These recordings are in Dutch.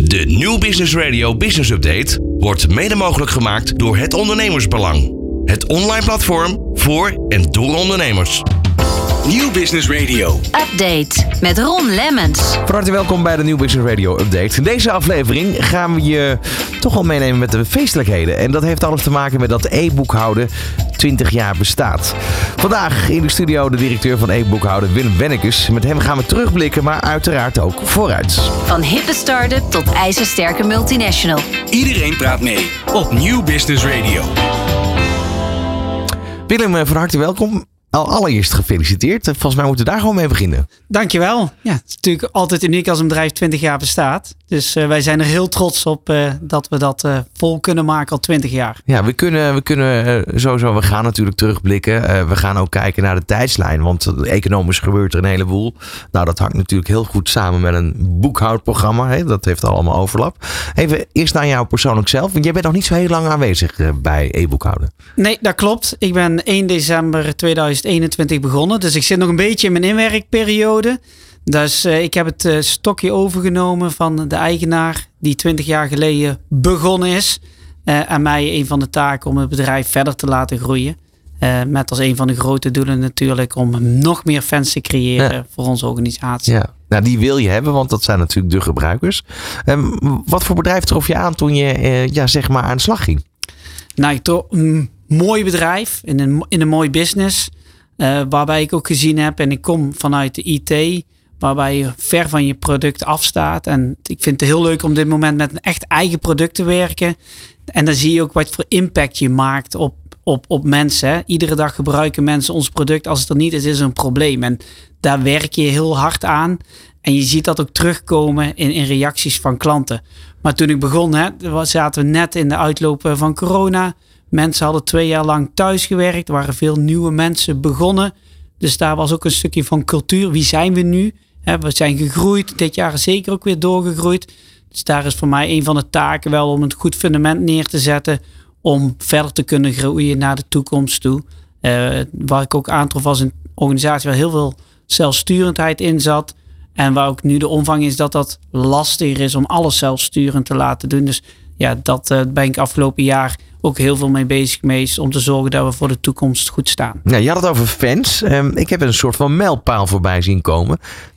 De Nieuw Business Radio Business Update wordt mede mogelijk gemaakt door Het Ondernemersbelang. Het online platform voor en door ondernemers. Nieuw Business Radio Update met Ron Lemmens. Van harte welkom bij de Nieuw Business Radio Update. In deze aflevering gaan we je toch wel meenemen met de feestelijkheden. En dat heeft alles te maken met dat e-boekhouden 20 jaar bestaat. Vandaag in de studio de directeur van e-boekhouden Willem Wennekes. Met hem gaan we terugblikken, maar uiteraard ook vooruit. Van hippe start-up tot ijzersterke multinational. Iedereen praat mee op Nieuw Business Radio. Willem, van harte welkom. Allereerst gefeliciteerd. Volgens mij moeten we daar gewoon mee beginnen. Dankjewel. Ja, het is natuurlijk altijd uniek als een bedrijf 20 jaar bestaat. Dus wij zijn er heel trots op dat we dat vol kunnen maken al 20 jaar. Ja, we kunnen sowieso, we gaan natuurlijk terugblikken. We gaan ook kijken naar de tijdslijn. Want economisch gebeurt er een heleboel. Nou, dat hangt natuurlijk heel goed samen met een boekhoudprogramma. Hè? Dat heeft allemaal overlap. Even eerst naar jou persoonlijk zelf. Want jij bent nog niet zo heel lang aanwezig bij e-boekhouden. Nee, dat klopt. Ik ben 1 december 2021 begonnen. Dus ik zit nog een beetje in mijn inwerkperiode. Dus ik heb het stokje overgenomen van de eigenaar die 20 jaar geleden begonnen is. En mij een van de taken om het bedrijf verder te laten groeien. Met als een van de grote doelen natuurlijk om nog meer fans te creëren voor onze organisatie. Ja. Nou, die wil je hebben, want dat zijn natuurlijk de gebruikers. Wat voor bedrijf trof je aan toen je zeg maar aan de slag ging? Nou, ik trof een mooi bedrijf in een mooi business. Waarbij ik ook gezien heb, en ik kom vanuit de IT, waarbij je ver van je product afstaat. En ik vind het heel leuk om op dit moment met een echt eigen product te werken. En dan zie je ook wat voor impact je maakt op mensen. Hè. Iedere dag gebruiken mensen ons product. Als het er niet is, is er een probleem. En daar werk je heel hard aan. En je ziet dat ook terugkomen in reacties van klanten. Maar toen ik begon, zaten we net in de uitloop van corona. Mensen hadden 2 jaar lang thuis gewerkt. Er waren veel nieuwe mensen begonnen. Dus daar was ook een stukje van cultuur. Wie zijn we nu? We zijn gegroeid. Dit jaar is zeker ook weer doorgegroeid. Dus daar is voor mij een van de taken wel om een goed fundament neer te zetten. Om verder te kunnen groeien naar de toekomst toe. Waar ik ook aantrof als een organisatie waar heel veel zelfsturendheid in zat. En waar ook nu de omvang is dat lastiger is om alles zelfsturend te laten doen. Dus ja, dat ben ik afgelopen jaar ook heel veel mee bezig geweest om te zorgen dat we voor de toekomst goed staan. Ja, je had het over fans. Ik heb een soort van mijlpaal voorbij zien komen.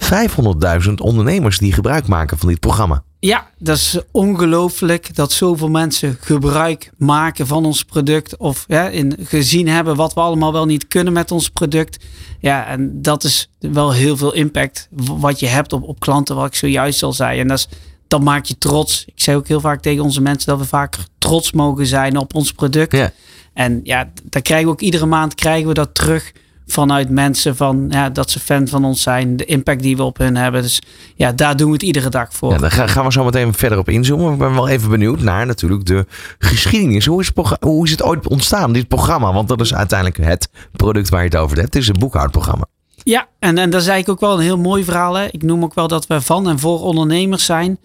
500.000 ondernemers die gebruik maken van dit programma. Ja, dat is ongelooflijk dat zoveel mensen gebruik maken van ons product. Of gezien hebben wat we allemaal wel niet kunnen met ons product. Ja, en dat is wel heel veel impact wat je hebt op klanten, wat ik zojuist al zei. En dat maakt je trots. Ik zei ook heel vaak tegen onze mensen dat we vaker trots mogen zijn op ons product. Ja. En ja, daar krijgen we ook iedere maand dat terug vanuit mensen dat ze fan van ons zijn. De impact die we op hun hebben. Dus ja, daar doen we het iedere dag voor. Ja, daar gaan we zo meteen verder op inzoomen. Ik ben wel even benieuwd naar natuurlijk de geschiedenis. Hoe is het ooit ontstaan, dit programma? Want dat is uiteindelijk het product waar je het over hebt. Het is een boekhoudprogramma. Ja, en dat is eigenlijk ook wel een heel mooi verhaal. Hè? Ik noem ook wel dat we van en voor ondernemers zijn.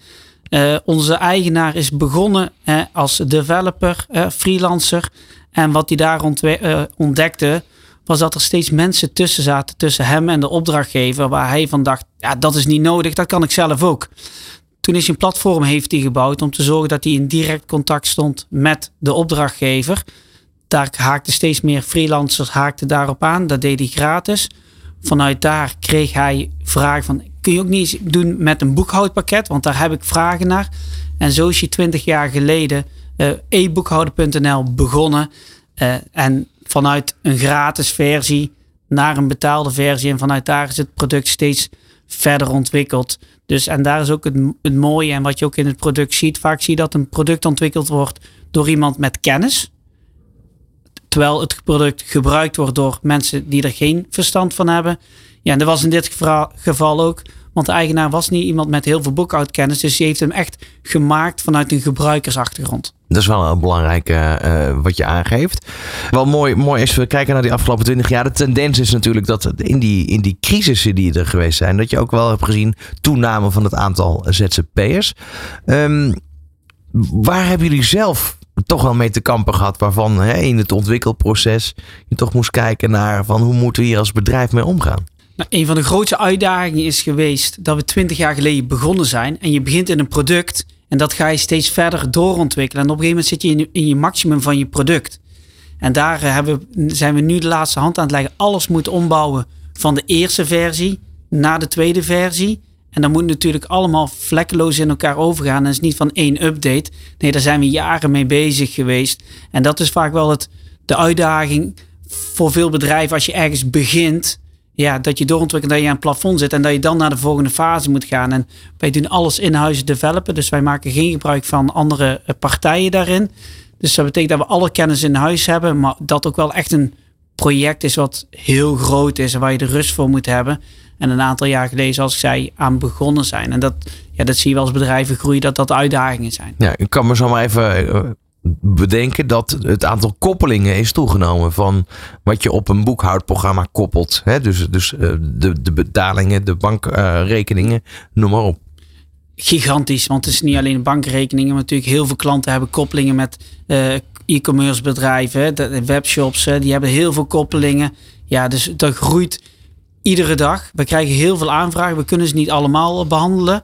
Onze eigenaar is begonnen als developer, freelancer. En wat hij daar ontdekte, was dat er steeds mensen tussen zaten, tussen hem en de opdrachtgever, waar hij van dacht, ja, dat is niet nodig, dat kan ik zelf ook. Toen is hij een platform gebouwd om te zorgen dat hij in direct contact stond met de opdrachtgever. Daar haakten steeds meer freelancers daarop aan. Dat deed hij gratis. Vanuit daar kreeg hij vragen van, kun je ook niet eens doen met een boekhoudpakket? Want daar heb ik vragen naar. En zo is hij 20 jaar geleden e-boekhouden.nl begonnen. En vanuit een gratis versie naar een betaalde versie. En vanuit daar is het product steeds verder ontwikkeld. Dus, en daar is ook het mooie en wat je ook in het product ziet. Vaak zie je dat een product ontwikkeld wordt door iemand met kennis. Terwijl het product gebruikt wordt door mensen die er geen verstand van hebben. Ja, en dat was in dit geval ook. Want de eigenaar was niet iemand met heel veel boekhoudkennis. Dus die heeft hem echt gemaakt vanuit een gebruikersachtergrond. Dat is wel een belangrijke wat je aangeeft. Wel mooi als we kijken naar die afgelopen 20 jaar. De tendens is natuurlijk dat in die crisissen die er geweest zijn, dat je ook wel hebt gezien toename van het aantal ZZP'ers. Waar hebben jullie zelf toch wel mee te kampen gehad, waarvan in het ontwikkelproces je toch moest kijken naar van hoe moeten we hier als bedrijf mee omgaan? Nou, een van de grootste uitdagingen is geweest dat we 20 jaar geleden begonnen zijn en je begint in een product En dat ga je steeds verder doorontwikkelen. En op een gegeven moment zit je in je maximum van je product. En daar zijn we nu de laatste hand aan het leggen. Alles moet ombouwen van de eerste versie naar de tweede versie. En dan moet natuurlijk allemaal vlekkeloos in elkaar overgaan. En dat is niet van 1 update. Nee, daar zijn we jaren mee bezig geweest. En dat is vaak wel de uitdaging voor veel bedrijven als je ergens begint. Ja, dat je doorontwikkelt, dat je aan het plafond zit en dat je dan naar de volgende fase moet gaan. En wij doen alles in-huis developen. Dus wij maken geen gebruik van andere partijen daarin. Dus dat betekent dat we alle kennis in huis hebben. Maar dat ook wel echt een project is wat heel groot is en waar je de rust voor moet hebben. En een aantal jaar geleden, zoals ik zei, aan begonnen zijn. En dat zie je wel als bedrijven groeien, dat uitdagingen zijn. Ja, ik kan me zo maar even bedenken dat het aantal koppelingen is toegenomen van wat je op een boekhoudprogramma koppelt. Hè? Dus de betalingen, de bankrekeningen, noem maar op. Gigantisch, want het is niet alleen bankrekeningen, maar natuurlijk heel veel klanten hebben koppelingen met e-commerce bedrijven, de webshops, die hebben heel veel koppelingen. Ja, dus dat groeit iedere dag. We krijgen heel veel aanvragen, we kunnen ze niet allemaal behandelen,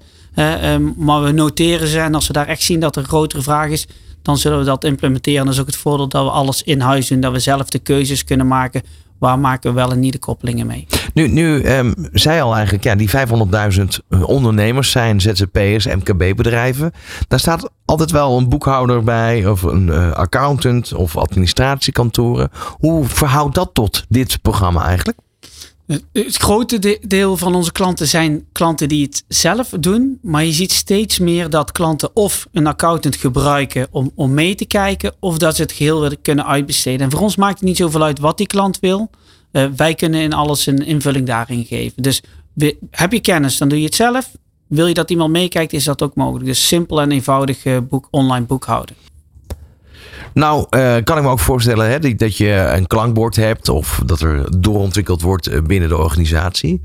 maar we noteren ze en als we daar echt zien dat er een grotere vraag is, dan zullen we dat implementeren. Dat is ook het voordeel dat we alles in huis doen, dat we zelf de keuzes kunnen maken. Waar maken we wel en niet de koppelingen mee? Nu zei al eigenlijk, die 500.000 ondernemers zijn ZZP'ers, MKB-bedrijven. Daar staat altijd wel een boekhouder bij of een accountant of administratiekantoren. Hoe verhoudt dat tot dit programma eigenlijk? Het grote deel van onze klanten zijn klanten die het zelf doen. Maar je ziet steeds meer dat klanten of een accountant gebruiken om mee te kijken. Of dat ze het geheel willen kunnen uitbesteden. En voor ons maakt het niet zoveel uit wat die klant wil. Wij kunnen in alles een invulling daarin geven. Dus heb je kennis, dan doe je het zelf. Wil je dat iemand meekijkt, is dat ook mogelijk. Dus simpel en eenvoudig online boekhouden. Nou, kan ik me ook voorstellen dat je een klankbord hebt of dat er doorontwikkeld wordt binnen de organisatie.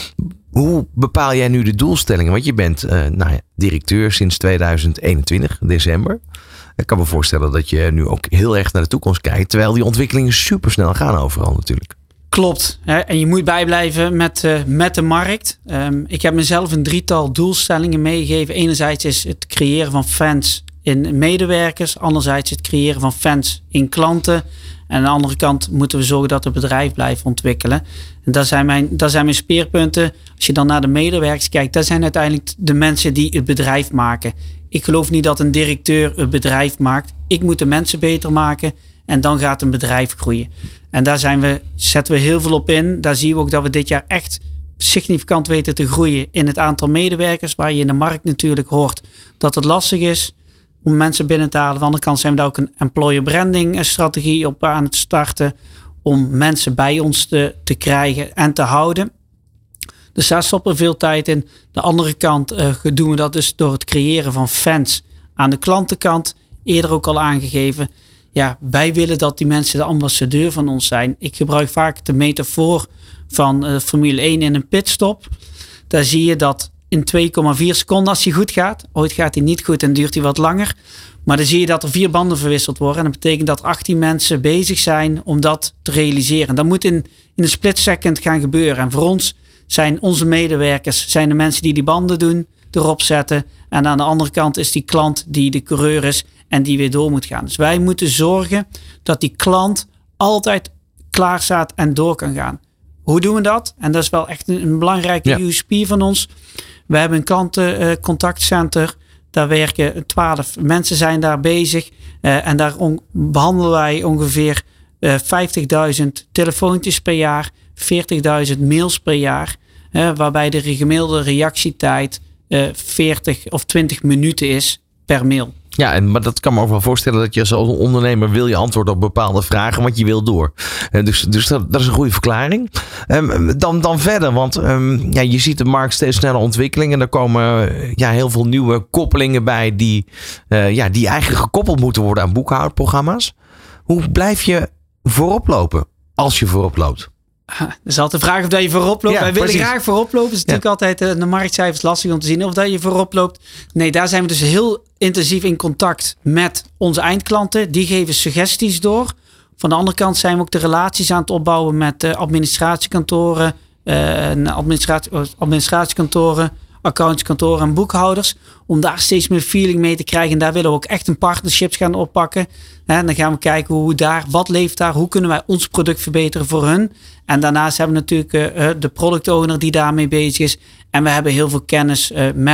Hoe bepaal jij nu de doelstellingen? Want je bent directeur sinds 2021, december. Ik kan me voorstellen dat je nu ook heel erg naar de toekomst kijkt, terwijl die ontwikkelingen supersnel gaan overal natuurlijk. Klopt. En je moet bijblijven met de markt. Ik heb mezelf een 3-tal doelstellingen meegegeven. Enerzijds is het creëren van fans in medewerkers. Anderzijds het creëren van fans in klanten. En aan de andere kant moeten we zorgen dat het bedrijf blijft ontwikkelen. En dat zijn mijn speerpunten. Als je dan naar de medewerkers kijkt, dat zijn uiteindelijk de mensen die het bedrijf maken. Ik geloof niet dat een directeur het bedrijf maakt. Ik moet de mensen beter maken en dan gaat een bedrijf groeien. En daar zetten we heel veel op in. Daar zien we ook dat we dit jaar echt significant weten te groeien in het aantal medewerkers. Waar je in de markt natuurlijk hoort dat het lastig is om mensen binnen te halen. Aan de andere kant zijn we daar ook een employer branding strategie op aan het starten. Om mensen bij ons te krijgen en te houden. Dus daar stoppen we veel tijd in. De andere kant doen we dat dus door het creëren van fans aan de klantenkant. Eerder ook al aangegeven. Ja, wij willen dat die mensen de ambassadeur van ons zijn. Ik gebruik vaak de metafoor van Formule 1 in een pitstop. Daar zie je dat in 2,4 seconden als hij goed gaat. Ooit gaat hij niet goed en duurt hij wat langer. Maar dan zie je dat er 4 banden verwisseld worden. En dat betekent dat 18 mensen bezig zijn om dat te realiseren. Dat moet in een split second gaan gebeuren. En voor ons zijn onze medewerkers zijn de mensen die banden doen, erop zetten. En aan de andere kant is die klant die de coureur is en die weer door moet gaan. Dus wij moeten zorgen dat die klant altijd klaar staat en door kan gaan. Hoe doen we dat? En dat is wel echt een belangrijke USP van ons. We hebben een klantencontactcenter. Daar werken 12 mensen zijn daar bezig. En daar behandelen wij ongeveer 50.000 telefoontjes per jaar. 40.000 mails per jaar. Waarbij de gemiddelde reactietijd 40 of 20 minuten is per mail. Ja, maar dat kan me ook wel voorstellen dat je als ondernemer wil je antwoord op bepaalde vragen, want je wil door. Dus dat is een goede verklaring. Dan verder, want je ziet de markt steeds sneller ontwikkelingen. Er komen heel veel nieuwe koppelingen bij die eigenlijk gekoppeld moeten worden aan boekhoudprogramma's. Hoe blijf je voorop lopen als je voorop loopt? Dat is altijd de vraag of dat je voorop loopt. Wij willen graag voorop lopen. Het is natuurlijk altijd de marktcijfers lastig om te zien of dat je voorop loopt. Nee, daar zijn we dus heel intensief in contact met onze eindklanten. Die geven suggesties door. Van de andere kant zijn we ook de relaties aan het opbouwen met administratiekantoren, accountskantoren en boekhouders. Om daar steeds meer feeling mee te krijgen. En daar willen we ook echt een partnerships gaan oppakken. En dan gaan we kijken wat leeft daar. Hoe kunnen wij ons product verbeteren voor hun. En daarnaast hebben we natuurlijk de product owner die daarmee bezig is. En we hebben heel veel kennis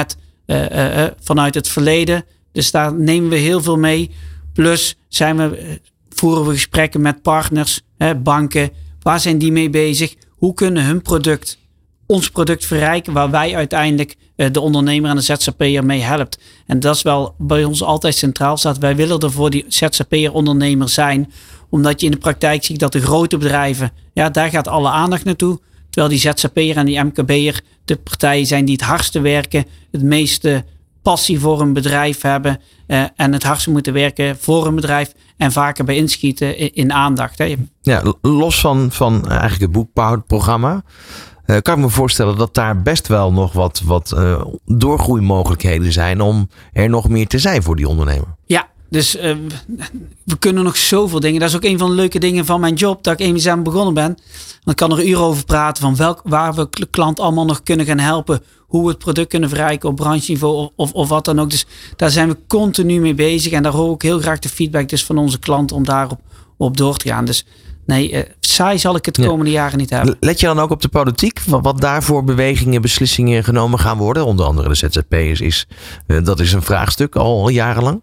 vanuit het verleden. Dus daar nemen we heel veel mee. Plus voeren we gesprekken met partners, banken. Waar zijn die mee bezig? Hoe kunnen hun ons product verrijken, waar wij uiteindelijk de ondernemer en de ZZP'er mee helpt. En dat is wel bij ons altijd centraal staat. Wij willen er voor die ZZP'er ondernemer zijn. Omdat je in de praktijk ziet dat de grote bedrijven, daar gaat alle aandacht naartoe. Terwijl die ZZP'er en die MKB'er de partijen zijn die het hardste werken, het meeste passie voor een bedrijf hebben en het hardste moeten werken voor een bedrijf en vaker bij inschieten in aandacht. Hè. Ja, los van eigenlijk het boekhoudprogramma kan ik me voorstellen dat daar best wel nog wat doorgroeimogelijkheden zijn om er nog meer te zijn voor die ondernemer. Ja, dus we kunnen nog zoveel dingen. Dat is ook een van de leuke dingen van mijn job, dat ik eenmaal aan begonnen ben. Dan kan er uren over praten van waar we de klant allemaal nog kunnen gaan helpen. Hoe we het product kunnen verrijken op brancheniveau of wat dan ook. Dus daar zijn we continu mee bezig. En daar hoor ik heel graag de feedback dus van onze klanten om daarop door te gaan. Dus nee, saai zal ik het de komende jaren niet hebben. Let je dan ook op de politiek? Wat daarvoor bewegingen, beslissingen genomen gaan worden? Onder andere de ZZP'ers dat is een vraagstuk al jarenlang.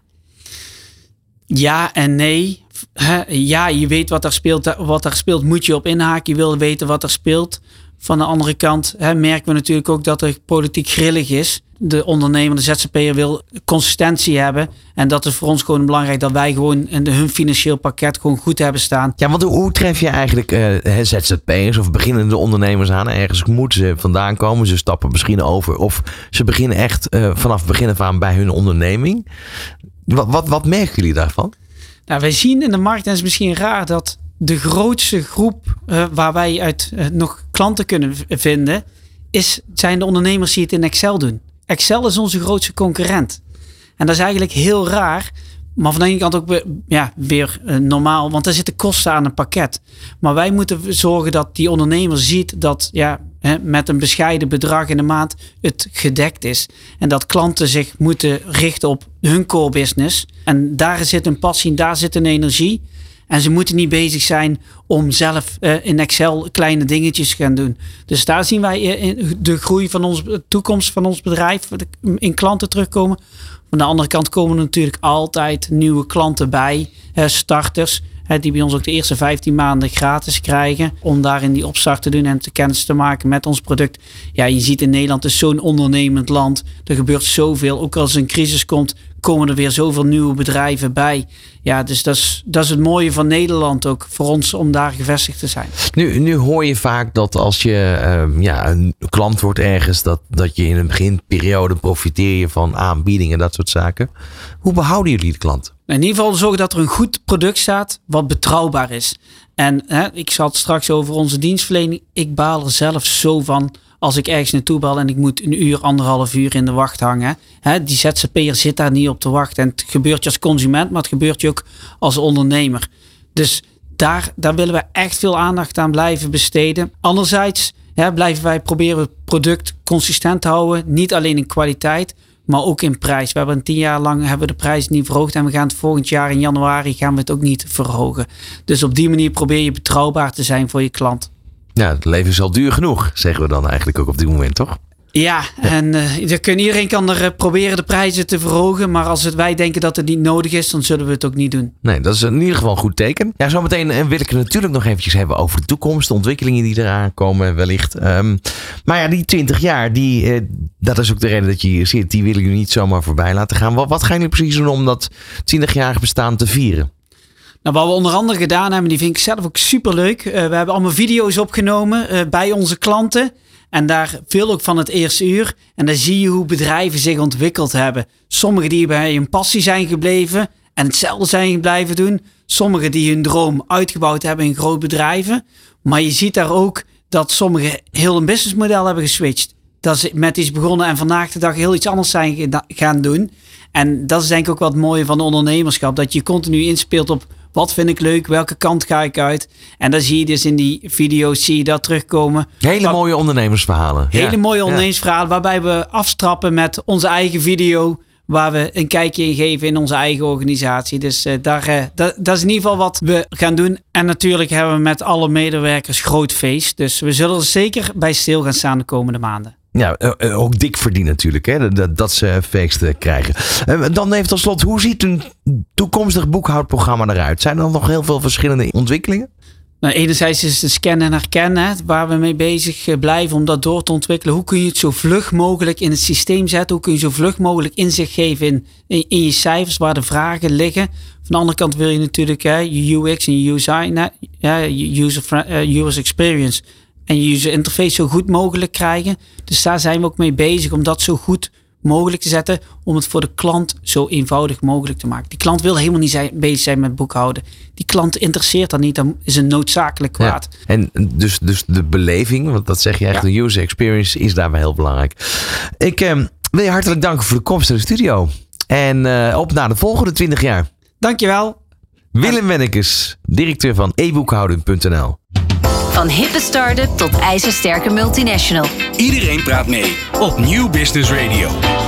Ja en nee. Ja, je weet wat er speelt, moet je op inhaken. Je wil weten wat er speelt. Van de andere kant merken we natuurlijk ook dat er politiek grillig is. De ondernemer, de ZZP'er wil consistentie hebben. En dat is voor ons gewoon belangrijk dat wij gewoon hun financieel pakket gewoon goed hebben staan. Ja, want hoe tref je eigenlijk ZZP'ers of beginnende ondernemers aan? Ergens moeten ze vandaan komen, ze stappen misschien over. Of ze beginnen echt vanaf het begin af aan bij hun onderneming. Wat merken jullie daarvan? Nou, wij zien in de markt, en het is misschien raar, dat de grootste groep waar wij uit nog klanten kunnen vinden, zijn de ondernemers die het in Excel doen. Excel is onze grootste concurrent. En dat is eigenlijk heel raar. Maar van de ene kant ook weer normaal, want er zitten kosten aan een pakket. Maar wij moeten zorgen dat die ondernemer ziet dat met een bescheiden bedrag in de maand het gedekt is. En dat klanten zich moeten richten op hun core business. En daar zit een passie, daar zit een energie. En ze moeten niet bezig zijn om zelf in Excel kleine dingetjes te gaan doen. Dus daar zien wij de groei van onze toekomst van ons bedrijf in klanten terugkomen. Van de andere kant komen er natuurlijk altijd nieuwe klanten bij, starters. Die bij ons ook de eerste 15 maanden gratis krijgen. Om daarin die opstart te doen en kennis te maken met ons product. Ja, je ziet in Nederland is zo'n ondernemend land. Er gebeurt zoveel. Ook als er een crisis komt, komen er weer zoveel nieuwe bedrijven bij. Ja, dus dat is het mooie van Nederland ook. Voor ons om daar gevestigd te zijn. Nu hoor je vaak dat als je een klant wordt ergens, dat je in een beginperiode profiteer je van aanbiedingen, dat soort zaken. Hoe behouden jullie de klant? In ieder geval zorgen dat er een goed product staat wat betrouwbaar is. En ik zal het straks over onze dienstverlening. Ik baal er zelf zo van als ik ergens naartoe bel en ik moet 1 uur, 1,5 uur in de wacht hangen. Die ZZP'er zit daar niet op te wachten. En het gebeurt je als consument, maar het gebeurt je ook als ondernemer. Dus daar willen we echt veel aandacht aan blijven besteden. Anderzijds blijven wij proberen het product consistent te houden. Niet alleen in kwaliteit, maar ook in prijs. We hebben 10 jaar lang de prijs niet verhoogd. En we gaan het volgend jaar in januari gaan we het ook niet verhogen. Dus op die manier probeer je betrouwbaar te zijn voor je klant. Ja, het leven is al duur genoeg, zeggen we dan eigenlijk ook op dit moment, toch? Ja, en iedereen kan er proberen de prijzen te verhogen. Maar als wij denken dat het niet nodig is, dan zullen we het ook niet doen. Nee, dat is in ieder geval een goed teken. Ja, zometeen wil ik het natuurlijk nog eventjes hebben over de toekomst. De ontwikkelingen die eraan komen wellicht. Maar ja, die 20 jaar, dat is ook de reden dat je hier zit. Die willen jullie niet zomaar voorbij laten gaan. Wat gaan jullie precies doen om dat 20-jarige bestaan te vieren? Nou, wat we onder andere gedaan hebben, die vind ik zelf ook superleuk. We hebben allemaal video's opgenomen bij onze klanten. En daar veel ook van het eerste uur. En dan zie je hoe bedrijven zich ontwikkeld hebben. Sommigen die bij hun passie zijn gebleven en hetzelfde zijn blijven doen. Sommigen die hun droom uitgebouwd hebben in grote bedrijven. Maar je ziet daar ook dat sommigen heel een businessmodel hebben geswitcht. Dat ze met iets begonnen en vandaag de dag heel iets anders zijn gaan doen. En dat is denk ik ook wat mooie van ondernemerschap. Dat je continu inspeelt op Wat vind ik leuk? Welke kant ga ik uit? En dan zie je dus in die video's dat terugkomen. Hele mooie ondernemersverhalen. Hele mooie ondernemersverhalen waarbij we afstrappen met onze eigen video. Waar we een kijkje in geven in onze eigen organisatie. Dus dat is in ieder geval wat we gaan doen. En natuurlijk hebben we met alle medewerkers groot feest. Dus we zullen er zeker bij stil gaan staan de komende maanden. Ja, ook dik verdienen natuurlijk, hè, dat ze feesten krijgen. Dan even tot slot, hoe ziet een toekomstig boekhoudprogramma eruit? Zijn er dan nog heel veel verschillende ontwikkelingen? Nou, enerzijds is het scannen en herkennen waar we mee bezig blijven om dat door te ontwikkelen. Hoe kun je het zo vlug mogelijk in het systeem zetten? Hoe kun je zo vlug mogelijk inzicht geven in je cijfers waar de vragen liggen? Van de andere kant wil je natuurlijk je UX en je user experience en je user interface zo goed mogelijk krijgen. Dus daar zijn we ook mee bezig om dat zo goed mogelijk te zetten om het voor de klant zo eenvoudig mogelijk te maken. Die klant wil helemaal niet bezig zijn met boekhouden. Die klant interesseert dat niet, dan is een noodzakelijk kwaad. Ja. En dus de beleving, want dat zeg je echt, de user experience is daarbij heel belangrijk. Ik wil je hartelijk danken voor de komst in de studio. En op naar de volgende 20 jaar. Dankjewel. Willem Wennekes, directeur van eboekhouding.nl. Van hippe start-up tot ijzersterke multinational. Iedereen praat mee op Nieuw Business Radio.